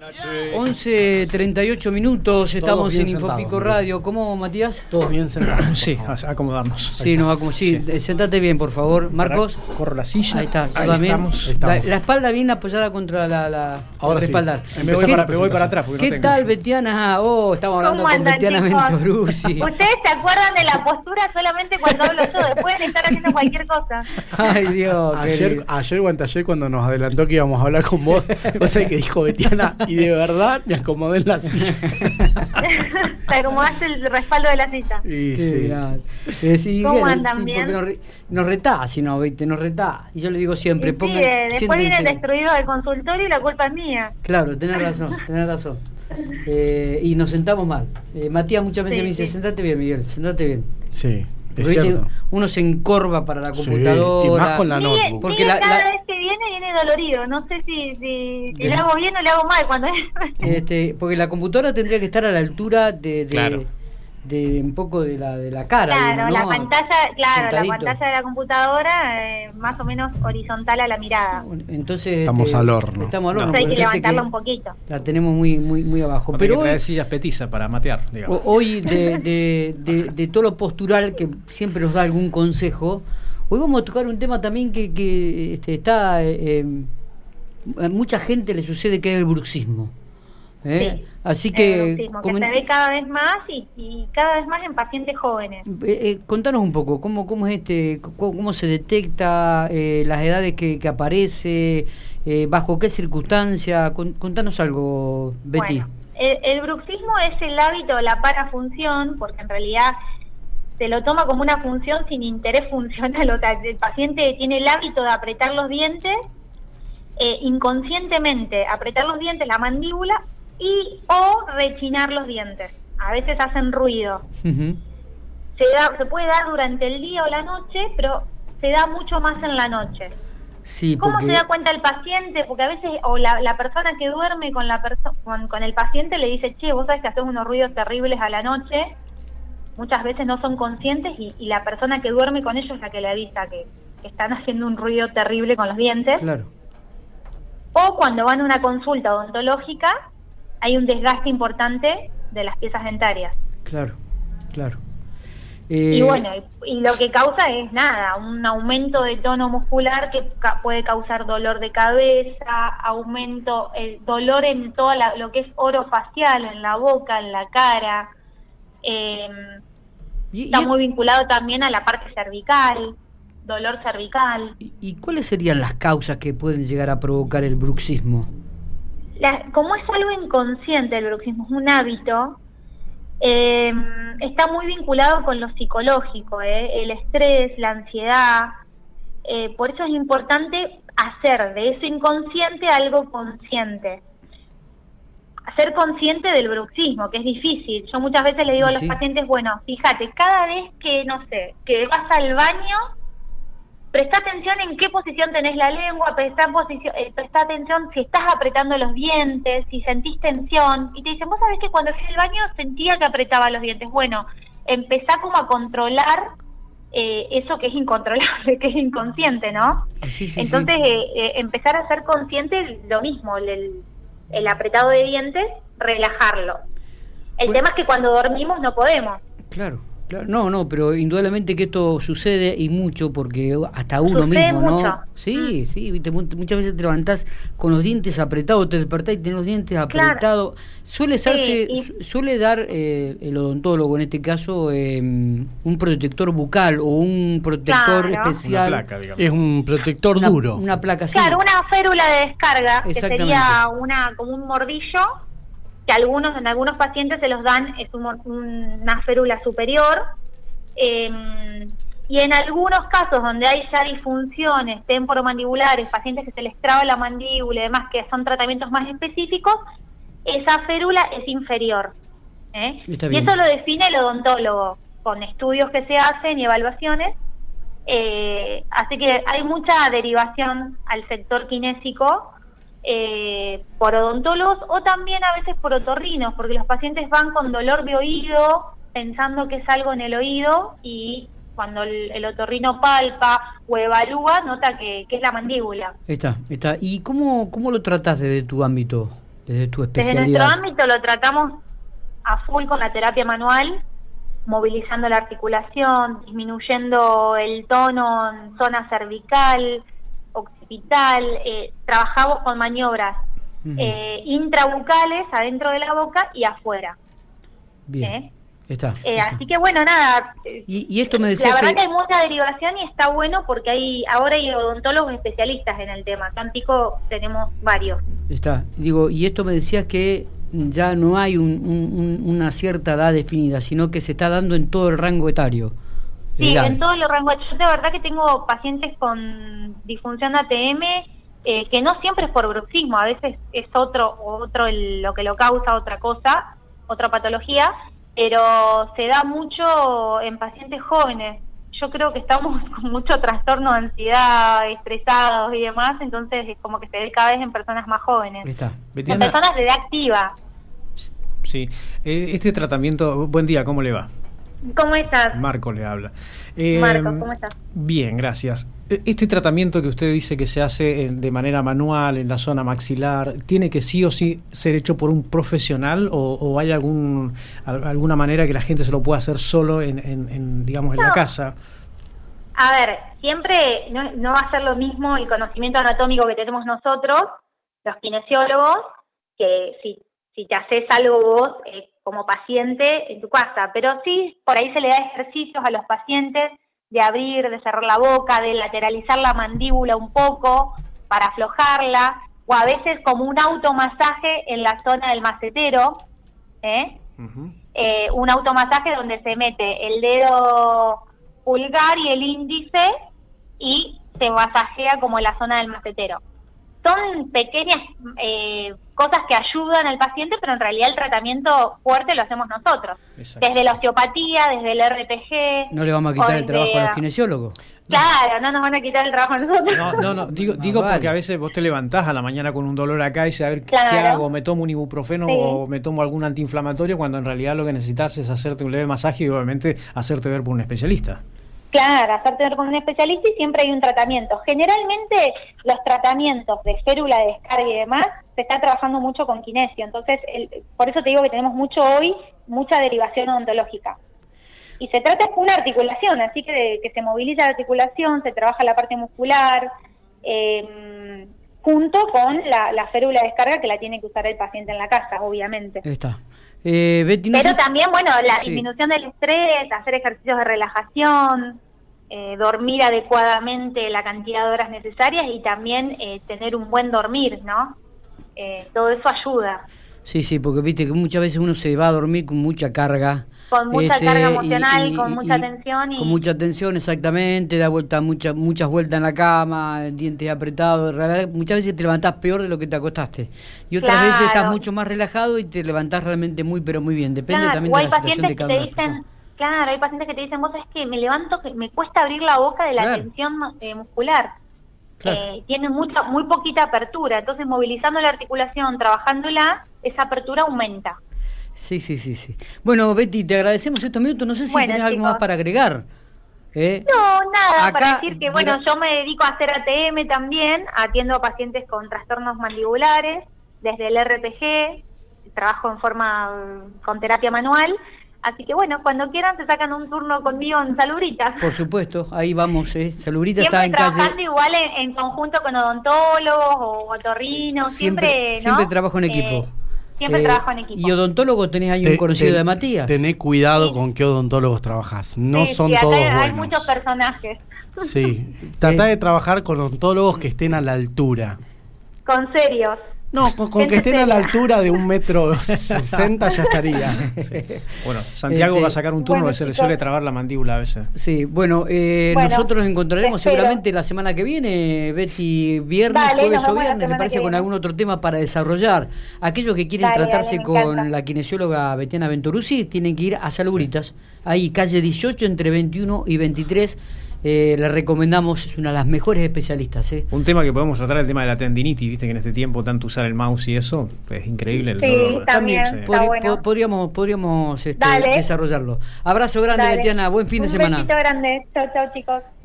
11:38 minutos, estamos en Infopico Radio. ¿Cómo, Matías? Todos bien sentados. Sí, acomodarnos. Sí, nos va sentate bien, por favor. Marcos. Corro la silla. Ahí está, ahí también. Estamos. La espalda bien apoyada contra la Ahora respaldar. Sí. Me voy para atrás. ¿Qué tal, Betiana? Estamos hablando con Betiana Mentoruzzi. Ustedes se acuerdan de la postura solamente cuando hablo yo, después de estar haciendo cualquier cosa. Ay, Dios. Ayer o anteayer, cuando nos adelantó que íbamos a hablar con vos, no sé qué dijo Betiana, y de verdad me acomodé en la silla. Te acomodaste el respaldo de la silla. Sí. ¿Cómo andan bien? Porque nos retá, si no, ¿viste? Nos retá. Y yo le digo siempre, después viene el destruido del consultorio y la culpa es mía. Claro, tenés razón. Y nos sentamos mal. Matías muchas veces me dice, sentate bien, Miguel, sentate bien. Sí. Es ¿viste? cierto. Uno se encorva para la computadora. Y más con la notebook. Porque cada vez que viene dolorido. No sé si lo hago bien o lo hago mal cuando porque la computadora tendría que estar a la altura de un poco de la cara. Claro, ¿no? La pantalla de la computadora más o menos horizontal a la mirada. Entonces estamos al horno. Entonces hay que levantarla un poquito. La tenemos muy abajo. Pero hoy sillas petizas para matear, digamos. Hoy de todo lo postural que siempre nos da algún consejo, hoy vamos a tocar un tema también que está a mucha gente le sucede, que es el bruxismo. Sí, así que se ve cada vez más y cada vez más en pacientes jóvenes. Contanos un poco cómo es cómo se detecta, las edades que aparece, bajo qué circunstancia. Contanos algo, Betty. Bueno, el bruxismo es el hábito, la parafunción, porque en realidad se lo toma como una función sin interés funcional. O sea, el paciente tiene el hábito de apretar los dientes, inconscientemente apretar los dientes, la mandíbula, o rechinar los dientes. A veces hacen ruido. Uh-huh. Se puede dar durante el día o la noche, pero se da mucho más en la noche. Sí, ¿Cómo se da cuenta el paciente? Porque a veces la persona que duerme con el paciente le dice, che, vos sabés que haces unos ruidos terribles a la noche. Muchas veces no son conscientes y la persona que duerme con ellos es la que le avisa que están haciendo un ruido terrible con los dientes. Claro. O cuando van a una consulta odontológica, hay un desgaste importante de las piezas dentarias. Claro. Y bueno, y lo que causa es un aumento de tono muscular que puede causar dolor de cabeza, dolor en todo lo que es orofacial, en la boca, en la cara. Está muy vinculado también a la parte cervical, dolor cervical. ¿Y cuáles serían las causas que pueden llegar a provocar el bruxismo? Como es algo inconsciente el bruxismo, es un hábito, está muy vinculado con lo psicológico, el estrés, la ansiedad. Por eso es importante hacer de eso inconsciente algo consciente. Ser consciente del bruxismo, que es difícil. Yo muchas veces le digo a los pacientes, bueno, fíjate, cada vez que vas al baño, presta atención en qué posición tenés la lengua, presta atención si estás apretando los dientes, si sentís tensión. Y te dicen, vos sabés que cuando fui al baño sentía que apretaba los dientes. Bueno, empezá como a controlar eso que es incontrolable, que es inconsciente, ¿no? Sí, entonces, empezar a ser consciente, lo mismo, el apretado de dientes, relajarlo. El tema es que cuando dormimos no podemos. Claro. No, pero indudablemente que esto sucede y mucho, porque hasta uno sucede mismo, mucho. ¿no? Sí, viste, muchas veces te levantás con los dientes apretados, te despertás y tenés los dientes apretados. Suele dar el odontólogo, en este caso, un protector bucal o un protector especial. Una placa, digamos. Es un protector duro. Una placa, sí. Claro, una férula de descarga, que sería como un mordillo, que en algunos pacientes se los dan, es una férula superior, y en algunos casos donde hay ya disfunciones temporomandibulares, pacientes que se les traba la mandíbula y demás, que son tratamientos más específicos, esa férula es inferior. Y eso lo define el odontólogo, con estudios que se hacen y evaluaciones. Así que hay mucha derivación al sector kinésico, por odontólogos o también a veces por otorrinos, porque los pacientes van con dolor de oído pensando que es algo en el oído y cuando el otorrino palpa o evalúa nota que es la mandíbula. Está. ¿Y cómo lo tratás desde tu ámbito? desde tu Desde especialidad. nuestro ámbito lo tratamos a full con la terapia manual, movilizando la articulación, disminuyendo el tono en zona cervical, occipital, trabajamos con maniobras intrabucales adentro de la boca y afuera. Bien, está. Así que bueno, nada. Y esto me decía la verdad que hay mucha derivación y está bueno porque ahora hay odontólogos especialistas en el tema. Acá en Pico tenemos varios. Está. Digo, y esto me decías que ya no hay una cierta edad definida, sino que se está dando en todo el rango etario. Sí, en todo el rango etario. Yo de verdad que tengo pacientes con disfunción de ATM que no siempre es por bruxismo, a veces es otro lo que lo causa, otra cosa, otra patología, pero se da mucho en pacientes jóvenes. Yo creo que estamos con mucho trastorno de ansiedad, estresados y demás, entonces es como que se ve cada vez en personas más jóvenes. Está. En personas de edad activa. Sí, este tratamiento, buen día, ¿cómo le va? ¿Cómo estás? Marco le habla. Marco, ¿cómo estás? Bien, gracias. Este tratamiento que usted dice que se hace de manera manual en la zona maxilar, ¿tiene que sí o sí ser hecho por un profesional o hay alguna manera que la gente se lo pueda hacer solo digamos, en la casa? A ver, siempre no va a ser lo mismo el conocimiento anatómico que tenemos nosotros, los kinesiólogos, que si te haces algo vos como paciente en tu casa, pero sí, por ahí se le da ejercicios a los pacientes de abrir, de cerrar la boca, de lateralizar la mandíbula un poco para aflojarla, o a veces como un automasaje en la zona del macetero, un automasaje donde se mete el dedo pulgar y el índice y se masajea como en la zona del macetero. Son pequeñas cosas que ayudan al paciente, pero en realidad el tratamiento fuerte lo hacemos nosotros. Exacto. Desde la osteopatía, desde el RPG. ¿No le vamos a quitar el trabajo a los kinesiólogos? Claro, no nos van a quitar el trabajo a nosotros. No, digo vale. Porque a veces vos te levantás a la mañana con un dolor acá y dices, a ver, ¿qué hago? ¿Me tomo un ibuprofeno o me tomo algún antiinflamatorio? Cuando en realidad lo que necesitas es hacerte un leve masaje y obviamente hacerte ver por un especialista. Claro, hacerte ver con un especialista y siempre hay un tratamiento. Generalmente los tratamientos de férula de descarga y demás se está trabajando mucho con kinesio, entonces por eso te digo que tenemos mucha derivación odontológica. Y se trata de una articulación, así que se moviliza la articulación, se trabaja la parte muscular, junto con la férula de descarga que la tiene que usar el paciente en la casa, obviamente. Está. Betty, pero también, bueno, la disminución del estrés, hacer ejercicios de relajación, dormir adecuadamente la cantidad de horas necesarias y también tener un buen dormir, ¿no? Todo eso ayuda. Sí, porque viste que muchas veces uno se va a dormir con mucha carga. Con mucha carga emocional, con mucha tensión. Con mucha tensión, exactamente, da vuelta muchas vueltas en la cama, dientes apretados. Muchas veces te levantás peor de lo que te acostaste. Y otras veces estás mucho más relajado y te levantás realmente muy, pero muy bien. Depende también de la situación de cada uno. Claro, hay pacientes que te dicen, vos sabés que me levanto, que me cuesta abrir la boca de la tensión muscular. Tiene muy poquita apertura, entonces movilizando la articulación, trabajándola, esa apertura aumenta. Sí. Bueno, Betty, te agradecemos estos minutos. No sé si tenés algo más para agregar. No, nada, para decir que, yo me dedico a hacer ATM también, atiendo a pacientes con trastornos mandibulares, desde el RPG, trabajo con terapia manual. Así que cuando quieran se sacan un turno conmigo en Salubritas. Por supuesto, ahí vamos, Salubritas está en calle. Siempre trabajando igual en conjunto con odontólogos o otorrinos, siempre trabajo en equipo. Siempre trabajo en equipo. ¿Y odontólogo tenés ahí un conocido de Matías? Tené cuidado con qué odontólogos trabajás. No son todos buenos. Hay muchos personajes. Sí, tratá de trabajar con odontólogos que estén a la altura. Con serios. No, con que estén a la altura de 1,60 m ya estaría. Sí. Bueno, Santiago va a sacar un turno que se le suele trabar la mandíbula a veces. Sí, nosotros nos encontraremos seguramente la semana que viene, Betty, jueves o viernes, me parece, con algún otro tema para desarrollar. Aquellos que quieren tratarse con la kinesióloga Betiana Venturuzzi tienen que ir a Salubritas, ahí calle 18 entre 21 y 23. Le recomendamos, es una de las mejores especialistas. Un tema que podemos tratar, el tema de la tendinitis, viste que en este tiempo tanto usar el mouse y eso es increíble. También podríamos desarrollarlo. Abrazo grande, Betiana, buen fin de semana. Un besito grande, chao chicos.